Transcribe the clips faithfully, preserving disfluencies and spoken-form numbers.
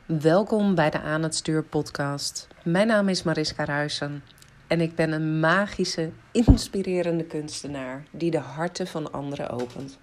Welkom bij de Aan het Stuur podcast. Mijn naam is Mariska Ruijsen en ik ben een magische, inspirerende kunstenaar die de harten van anderen opent.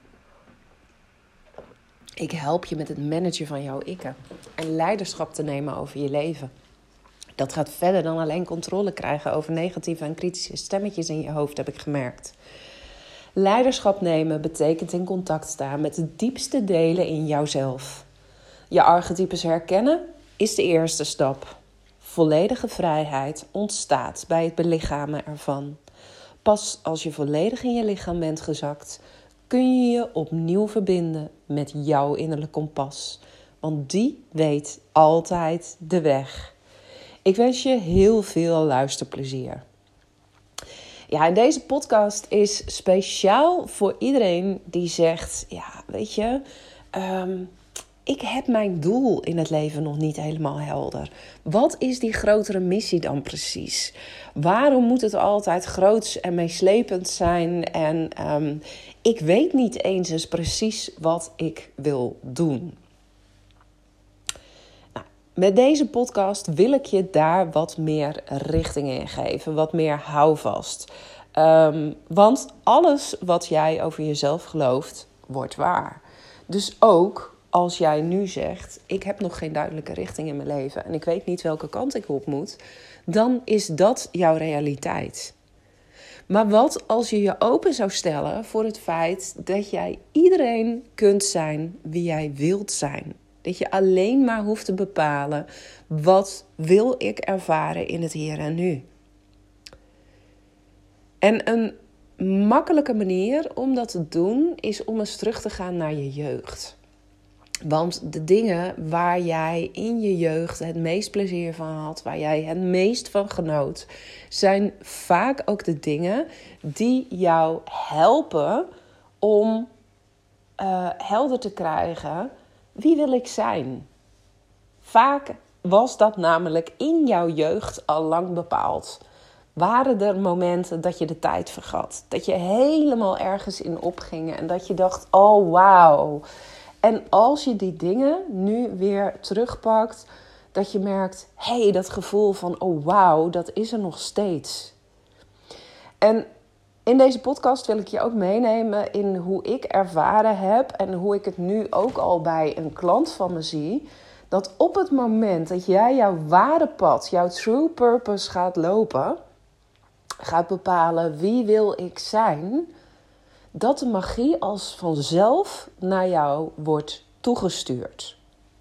Ik help je met het managen van jouw ikken en leiderschap te nemen over je leven. Dat gaat verder dan alleen controle krijgen over negatieve en kritische stemmetjes in je hoofd, heb ik gemerkt. Leiderschap nemen betekent in contact staan met de diepste delen in jouzelf. Je archetypes herkennen is de eerste stap. Volledige vrijheid ontstaat bij het belichamen ervan. Pas als je volledig in je lichaam bent gezakt, kun je je opnieuw verbinden met jouw innerlijke kompas. Want die weet altijd de weg. Ik wens je heel veel luisterplezier. Ja, en deze podcast is speciaal voor iedereen die zegt, ja, weet je, um, ik heb mijn doel in het leven nog niet helemaal helder. Wat is die grotere missie dan precies? Waarom moet het altijd groots en meeslepend zijn? En um, ik weet niet eens eens precies wat ik wil doen. Nou, met deze podcast wil ik je daar wat meer richting in geven. Wat meer houvast. Um, want alles wat jij over jezelf gelooft, wordt waar. Dus ook als jij nu zegt, ik heb nog geen duidelijke richting in mijn leven en ik weet niet welke kant ik op moet, dan is dat jouw realiteit. Maar wat als je je open zou stellen voor het feit dat jij iedereen kunt zijn wie jij wilt zijn? Dat je alleen maar hoeft te bepalen, wat wil ik ervaren in het hier en nu? En een makkelijke manier om dat te doen is om eens terug te gaan naar je jeugd. Want de dingen waar jij in je jeugd het meest plezier van had, waar jij het meest van genoot, zijn vaak ook de dingen die jou helpen om uh, helder te krijgen, wie wil ik zijn? Vaak was dat namelijk in jouw jeugd al lang bepaald. Waren er momenten dat je de tijd vergat? Dat je helemaal ergens in opging en dat je dacht, oh wauw. En als je die dingen nu weer terugpakt, dat je merkt, hé, hey, dat gevoel van, oh wauw, dat is er nog steeds. En in deze podcast wil ik je ook meenemen in hoe ik ervaren heb en hoe ik het nu ook al bij een klant van me zie, dat op het moment dat jij jouw ware pad, jouw true purpose gaat lopen, gaat bepalen wie wil ik zijn, dat de magie als vanzelf naar jou wordt toegestuurd.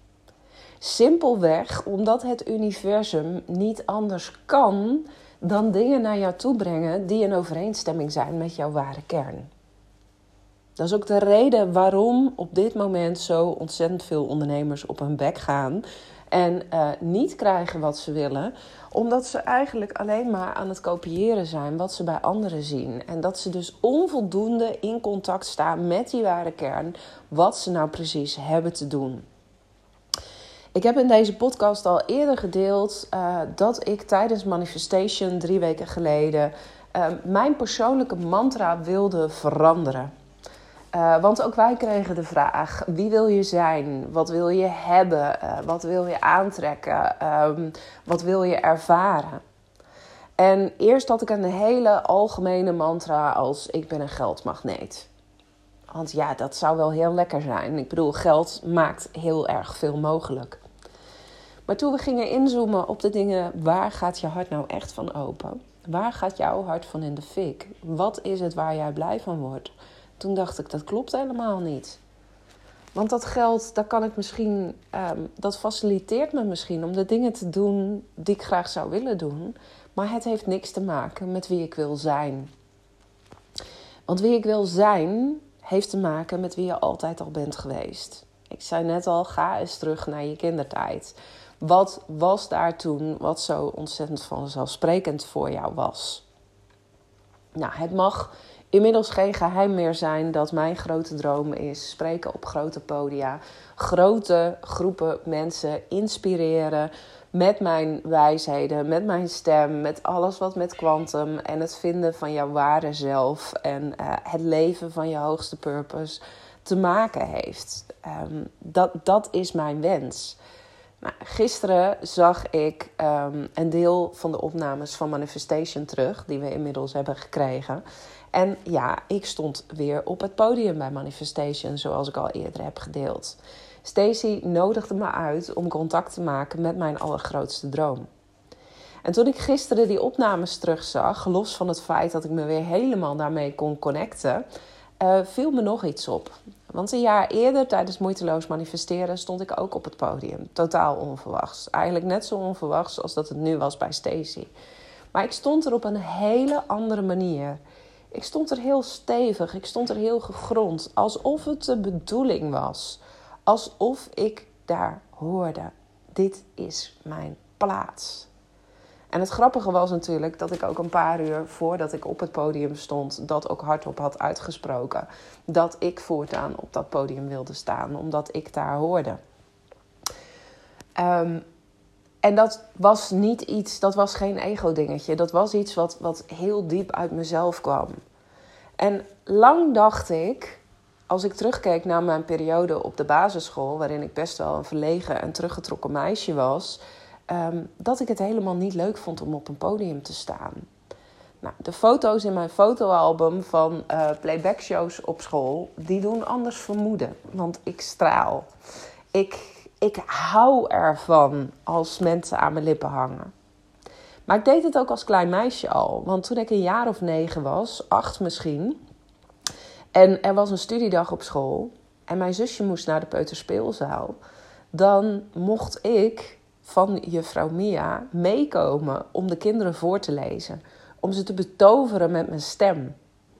Simpelweg omdat het universum niet anders kan dan dingen naar jou toe brengen die in overeenstemming zijn met jouw ware kern. Dat is ook de reden waarom op dit moment zo ontzettend veel ondernemers op hun bek gaan en uh, niet krijgen wat ze willen, omdat ze eigenlijk alleen maar aan het kopiëren zijn wat ze bij anderen zien. En dat ze dus onvoldoende in contact staan met die ware kern, wat ze nou precies hebben te doen. Ik heb in deze podcast al eerder gedeeld uh, dat ik tijdens Manifestation drie weken geleden uh, mijn persoonlijke mantra wilde veranderen. Uh, want ook wij kregen de vraag, wie wil je zijn? Wat wil je hebben? Uh, wat wil je aantrekken? Um, wat wil je ervaren? En eerst had ik een hele algemene mantra als, ik ben een geldmagneet. Want ja, dat zou wel heel lekker zijn. Ik bedoel, geld maakt heel erg veel mogelijk. Maar toen we gingen inzoomen op de dingen, waar gaat je hart nou echt van open? Waar gaat jouw hart van in de fik? Wat is het waar jij blij van wordt? Toen dacht ik, dat klopt helemaal niet. Want dat geld, dat kan ik misschien, um, dat faciliteert me misschien om de dingen te doen die ik graag zou willen doen. Maar het heeft niks te maken met wie ik wil zijn. Want wie ik wil zijn, heeft te maken met wie je altijd al bent geweest. Ik zei net al, ga eens terug naar je kindertijd. Wat was daar toen wat zo ontzettend vanzelfsprekend voor jou was? Nou, het mag inmiddels geen geheim meer zijn dat mijn grote droom is spreken op grote podia, grote groepen mensen inspireren met mijn wijsheden, met mijn stem, met alles wat met kwantum en het vinden van jouw ware zelf en uh, het leven van je hoogste purpose te maken heeft. Um, dat, dat is mijn wens. Nou, gisteren zag ik um, een deel van de opnames van Manifestation terug, die we inmiddels hebben gekregen. En ja, ik stond weer op het podium bij Manifestation, zoals ik al eerder heb gedeeld. Stacey nodigde me uit om contact te maken met mijn allergrootste droom. En toen ik gisteren die opnames terugzag, los van het feit dat ik me weer helemaal daarmee kon connecten, uh, viel me nog iets op. Want een jaar eerder, tijdens Moeiteloos Manifesteren, stond ik ook op het podium. Totaal onverwachts. Eigenlijk net zo onverwachts als dat het nu was bij Stacey. Maar ik stond er op een hele andere manier. Ik stond er heel stevig, ik stond er heel gegrond. Alsof het de bedoeling was. Alsof ik daar hoorde. Dit is mijn plaats. En het grappige was natuurlijk dat ik ook een paar uur voordat ik op het podium stond, dat ook hardop had uitgesproken. Dat ik voortaan op dat podium wilde staan, omdat ik daar hoorde. Um, en dat was niet iets, dat was geen ego-dingetje. Dat was iets wat, wat heel diep uit mezelf kwam. En lang dacht ik, als ik terugkeek naar mijn periode op de basisschool, waarin ik best wel een verlegen en teruggetrokken meisje was, Um, dat ik het helemaal niet leuk vond om op een podium te staan. Nou, de foto's in mijn fotoalbum van uh, playbackshows op school, die doen anders vermoeden. Want ik straal. Ik, ik hou ervan als mensen aan mijn lippen hangen. Maar ik deed het ook als klein meisje al. Want toen ik een jaar of negen was, acht misschien, en er was een studiedag op school en mijn zusje moest naar de peuterspeelzaal, dan mocht ik van juffrouw Mia meekomen om de kinderen voor te lezen. Om ze te betoveren met mijn stem.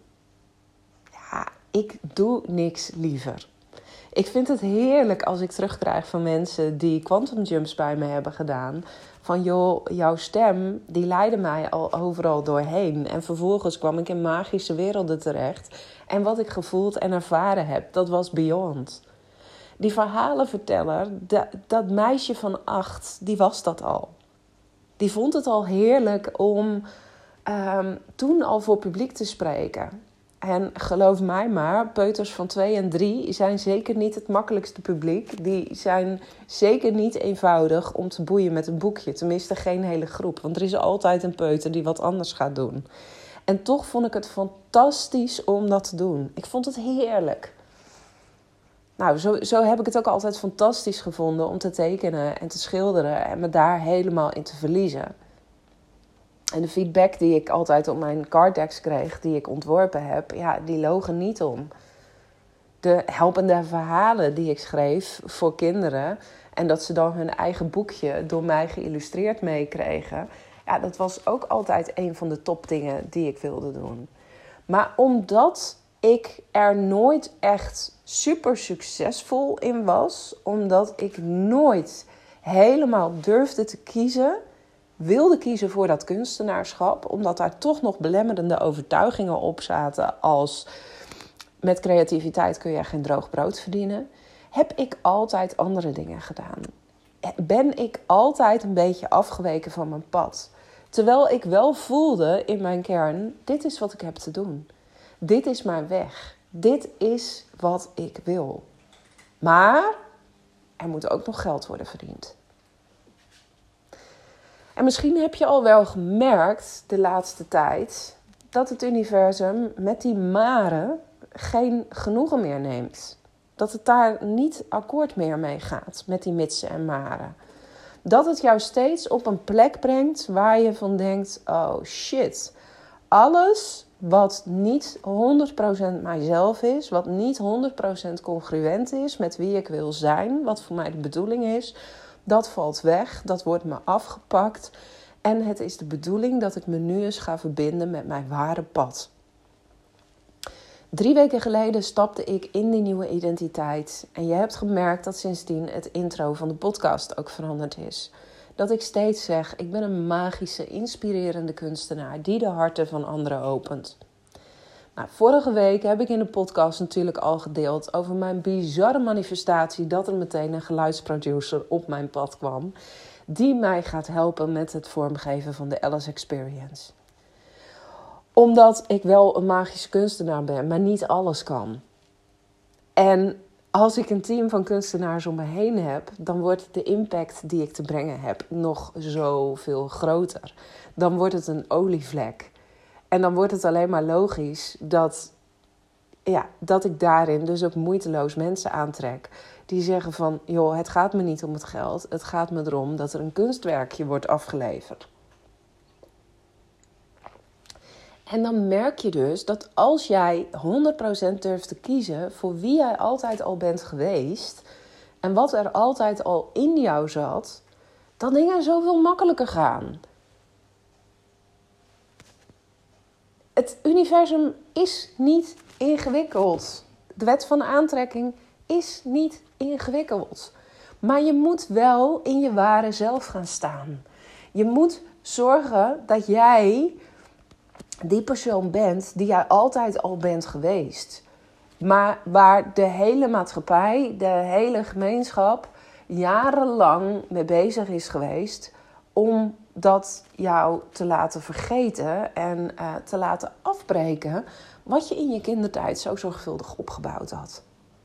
Ja, ik doe niks liever. Ik vind het heerlijk als ik terugkrijg van mensen die quantum jumps bij me hebben gedaan. Van joh, jouw stem, die leidde mij al overal doorheen. En vervolgens kwam ik in magische werelden terecht. En wat ik gevoeld en ervaren heb, dat was beyond. Die verhalenverteller, dat, dat meisje van acht, die was dat al. Die vond het al heerlijk om um, toen al voor publiek te spreken. En geloof mij maar, peuters van twee en drie zijn zeker niet het makkelijkste publiek. Die zijn zeker niet eenvoudig om te boeien met een boekje. Tenminste geen hele groep, want er is altijd een peuter die wat anders gaat doen. En toch vond ik het fantastisch om dat te doen. Ik vond het heerlijk. Nou, zo, zo heb ik het ook altijd fantastisch gevonden om te tekenen en te schilderen en me daar helemaal in te verliezen. En de feedback die ik altijd op mijn card decks kreeg, die ik ontworpen heb, ja, die logen niet om. De helpende verhalen die ik schreef voor kinderen en dat ze dan hun eigen boekje door mij geïllustreerd meekregen, ja, dat was ook altijd een van de topdingen die ik wilde doen. Maar omdat ik er nooit echt super succesvol in was, omdat ik nooit helemaal durfde te kiezen, wilde kiezen voor dat kunstenaarschap, omdat daar toch nog belemmerende overtuigingen op zaten als met creativiteit kun je geen droog brood verdienen, heb ik altijd andere dingen gedaan. Ben ik altijd een beetje afgeweken van mijn pad. Terwijl ik wel voelde in mijn kern, dit is wat ik heb te doen. Dit is mijn weg. Dit is wat ik wil. Maar er moet ook nog geld worden verdiend. En misschien heb je al wel gemerkt de laatste tijd dat het universum met die maren geen genoegen meer neemt. Dat het daar niet akkoord meer mee gaat met die mitsen en maren. Dat het jou steeds op een plek brengt waar je van denkt, oh shit, alles wat niet honderd procent mijzelf is, wat niet honderd procent congruent is met wie ik wil zijn, wat voor mij de bedoeling is, dat valt weg, dat wordt me afgepakt. En het is de bedoeling dat ik me nu eens ga verbinden met mijn ware pad. Drie weken geleden stapte ik in die nieuwe identiteit. En je hebt gemerkt dat sindsdien het intro van de podcast ook veranderd is. Dat ik steeds zeg, ik ben een magische, inspirerende kunstenaar die de harten van anderen opent. Nou, vorige week heb ik in de podcast natuurlijk al gedeeld over mijn bizarre manifestatie dat er meteen een geluidsproducer op mijn pad kwam, die mij gaat helpen met het vormgeven van de Alice Experience. Omdat ik wel een magische kunstenaar ben, maar niet alles kan. En als ik een team van kunstenaars om me heen heb, dan wordt de impact die ik te brengen heb nog zoveel groter. Dan wordt het een olievlek. En dan wordt het alleen maar logisch dat, ja, dat ik daarin dus ook moeiteloos mensen aantrek. Die zeggen van, joh, het gaat me niet om het geld. Het gaat me erom dat er een kunstwerkje wordt afgeleverd. En dan merk je dus dat als jij honderd procent durft te kiezen voor wie jij altijd al bent geweest en wat er altijd al in jou zat, dan dingen zoveel makkelijker gaan. Het universum is niet ingewikkeld. De wet van de aantrekking is niet ingewikkeld. Maar je moet wel in je ware zelf gaan staan. Je moet zorgen dat jij die persoon bent die jij altijd al bent geweest. Maar waar de hele maatschappij, de hele gemeenschap jarenlang mee bezig is geweest om dat jou te laten vergeten en uh, te laten afbreken wat je in je kindertijd zo zorgvuldig opgebouwd had.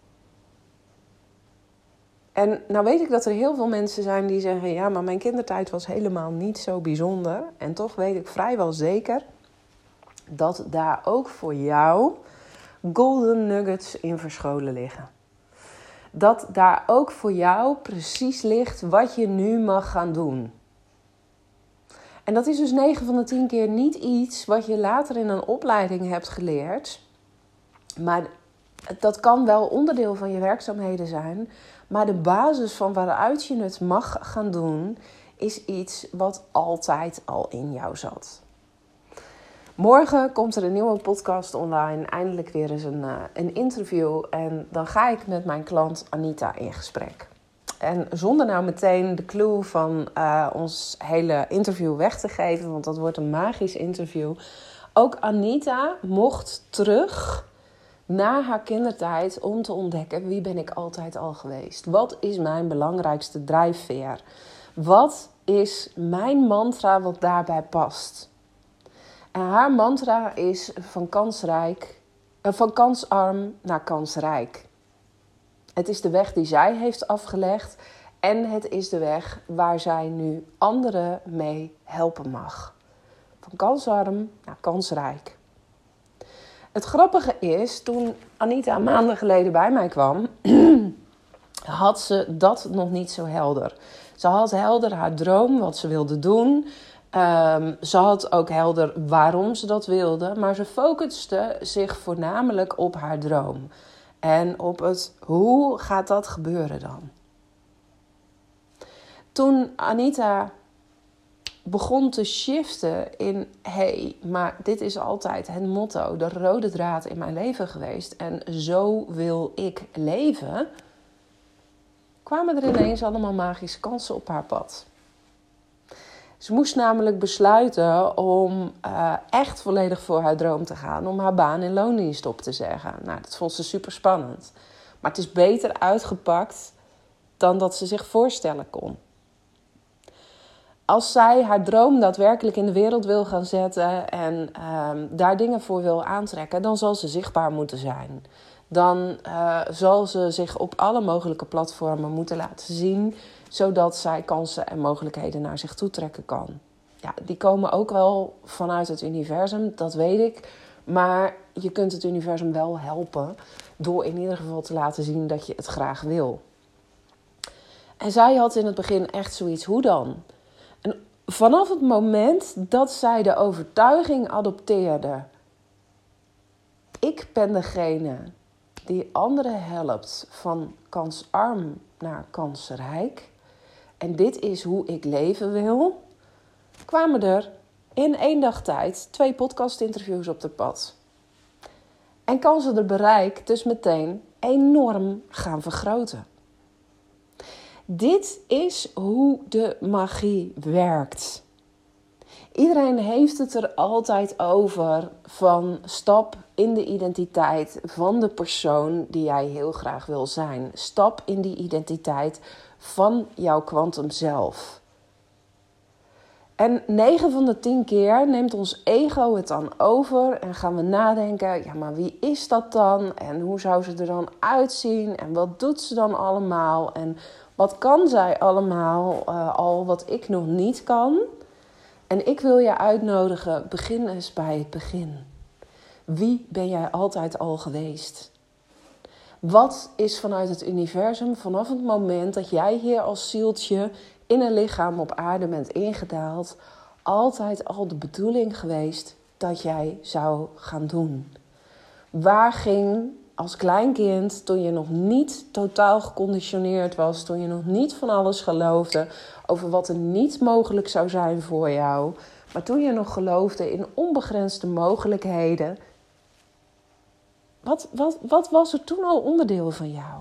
En nou weet ik dat er heel veel mensen zijn die zeggen, ja, maar mijn kindertijd was helemaal niet zo bijzonder. En toch weet ik vrijwel zeker dat daar ook voor jou golden nuggets in verscholen liggen. Dat daar ook voor jou precies ligt wat je nu mag gaan doen. En dat is dus negen van de tien keer niet iets wat je later in een opleiding hebt geleerd. Maar dat kan wel onderdeel van je werkzaamheden zijn. Maar de basis van waaruit je het mag gaan doen, is iets wat altijd al in jou zat. Morgen komt er een nieuwe podcast online. Eindelijk weer eens een, uh, een interview. En dan ga ik met mijn klant Anita in gesprek. En zonder nou meteen de clue van uh, ons hele interview weg te geven, want dat wordt een magisch interview. Ook Anita mocht terug naar haar kindertijd om te ontdekken wie ben ik altijd al geweest. Wat is mijn belangrijkste drijfveer? Wat is mijn mantra wat daarbij past? En haar mantra is van kansrijk, uh, van kansarm naar kansrijk. Het is de weg die zij heeft afgelegd en het is de weg waar zij nu anderen mee helpen mag. Van kansarm naar kansrijk. Het grappige is, toen Anita maanden geleden bij mij kwam, had ze dat nog niet zo helder. Ze had helder haar droom, wat ze wilde doen. Um, ze had ook helder waarom ze dat wilde, maar ze focuste zich voornamelijk op haar droom. En op het, hoe gaat dat gebeuren dan? Toen Anita begon te shiften in, hé, hey, maar dit is altijd het motto, de rode draad in mijn leven geweest. En zo wil ik leven. Kwamen er ineens allemaal magische kansen op haar pad. Ze moest namelijk besluiten om uh, echt volledig voor haar droom te gaan. Om haar baan in loondienst op te zeggen. Nou, dat vond ze super spannend. Maar het is beter uitgepakt dan dat ze zich voorstellen kon. Als zij haar droom daadwerkelijk in de wereld wil gaan zetten en uh, daar dingen voor wil aantrekken, dan zal ze zichtbaar moeten zijn. Dan uh, zal ze zich op alle mogelijke platformen moeten laten zien, zodat zij kansen en mogelijkheden naar zich toe trekken kan. Ja, die komen ook wel vanuit het universum, dat weet ik. Maar je kunt het universum wel helpen door in ieder geval te laten zien dat je het graag wil. En zij had in het begin echt zoiets, hoe dan? En vanaf het moment dat zij de overtuiging adopteerde, ik ben degene die anderen helpt van kansarm naar kansrijk, en dit is hoe ik leven wil, kwamen er in één dag tijd twee podcastinterviews op de pad. En kan ze er bereik dus meteen enorm gaan vergroten. Dit is hoe de magie werkt. Iedereen heeft het er altijd over van stap in de identiteit van de persoon die jij heel graag wil zijn. Stap in die identiteit van jouw kwantum zelf. En negen van de tien keer neemt ons ego het dan over en gaan we nadenken, ja, maar wie is dat dan? En hoe zou ze er dan uitzien? En wat doet ze dan allemaal? En wat kan zij allemaal uh, al wat ik nog niet kan? En ik wil je uitnodigen, begin eens bij het begin. Wie ben jij altijd al geweest? Wat is vanuit het universum vanaf het moment dat jij hier als zieltje in een lichaam op aarde bent ingedaald, altijd al de bedoeling geweest dat jij zou gaan doen? Waar ging als klein kind, toen je nog niet totaal geconditioneerd was, toen je nog niet van alles geloofde over wat er niet mogelijk zou zijn voor jou, maar toen je nog geloofde in onbegrensde mogelijkheden, wat, wat, wat was er toen al onderdeel van jou?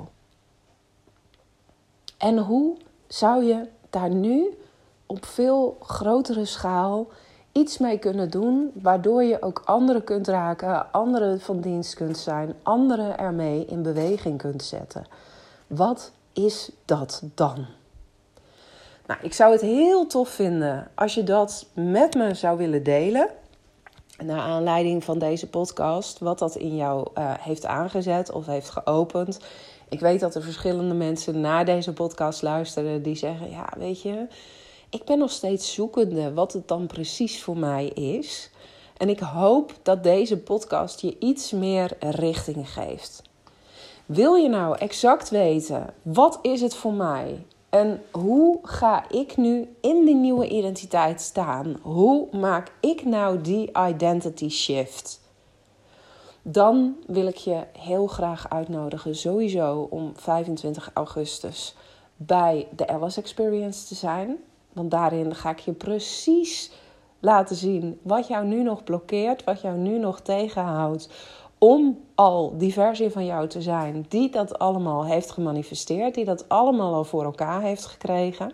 En hoe zou je daar nu op veel grotere schaal iets mee kunnen doen, waardoor je ook anderen kunt raken, anderen van dienst kunt zijn, anderen ermee in beweging kunt zetten? Wat is dat dan? Nou, ik zou het heel tof vinden als je dat met me zou willen delen. Naar aanleiding van deze podcast, wat dat in jou uh, heeft aangezet of heeft geopend. Ik weet dat er verschillende mensen naar deze podcast luisteren die zeggen, ja, weet je, ik ben nog steeds zoekende wat het dan precies voor mij is. En ik hoop dat deze podcast je iets meer richting geeft. Wil je nou exact weten, wat is het voor mij? En hoe ga ik nu in die nieuwe identiteit staan? Hoe maak ik nou die identity shift? Dan wil ik je heel graag uitnodigen, sowieso om vijfentwintig augustus bij de Alice Experience te zijn. Want daarin ga ik je precies laten zien wat jou nu nog blokkeert, wat jou nu nog tegenhoudt, om al die versie van jou te zijn die dat allemaal heeft gemanifesteerd, die dat allemaal al voor elkaar heeft gekregen.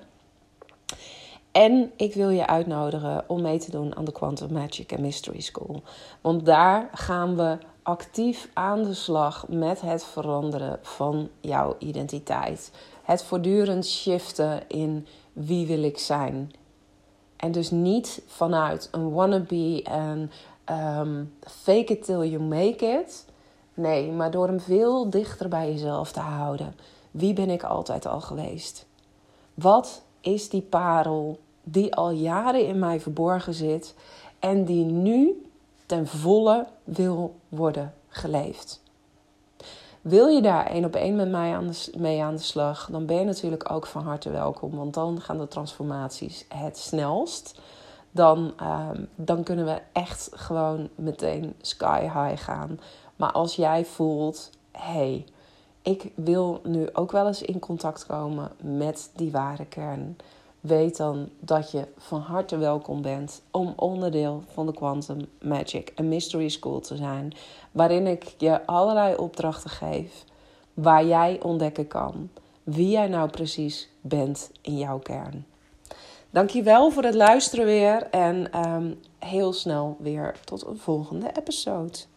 En ik wil je uitnodigen om mee te doen aan de Quantum Magic and Mystery School. Want daar gaan we actief aan de slag met het veranderen van jouw identiteit. Het voortdurend shiften in wie wil ik zijn. En dus niet vanuit een wannabe en um, fake it till you make it. Nee, maar door hem veel dichter bij jezelf te houden. Wie ben ik altijd al geweest? Wat is die parel die al jaren in mij verborgen zit en die nu ten volle wil worden geleefd? Wil je daar één op één met mij aan de, mee aan de slag, dan ben je natuurlijk ook van harte welkom. Want dan gaan de transformaties het snelst. Dan, uh, dan kunnen we echt gewoon meteen sky high gaan. Maar als jij voelt, hey, ik wil nu ook wel eens in contact komen met die ware kern, weet dan dat je van harte welkom bent om onderdeel van de Quantum Magic and Mystery School te zijn. Waarin ik je allerlei opdrachten geef waar jij ontdekken kan wie jij nou precies bent in jouw kern. Dankjewel voor het luisteren weer en um, heel snel weer tot een volgende episode.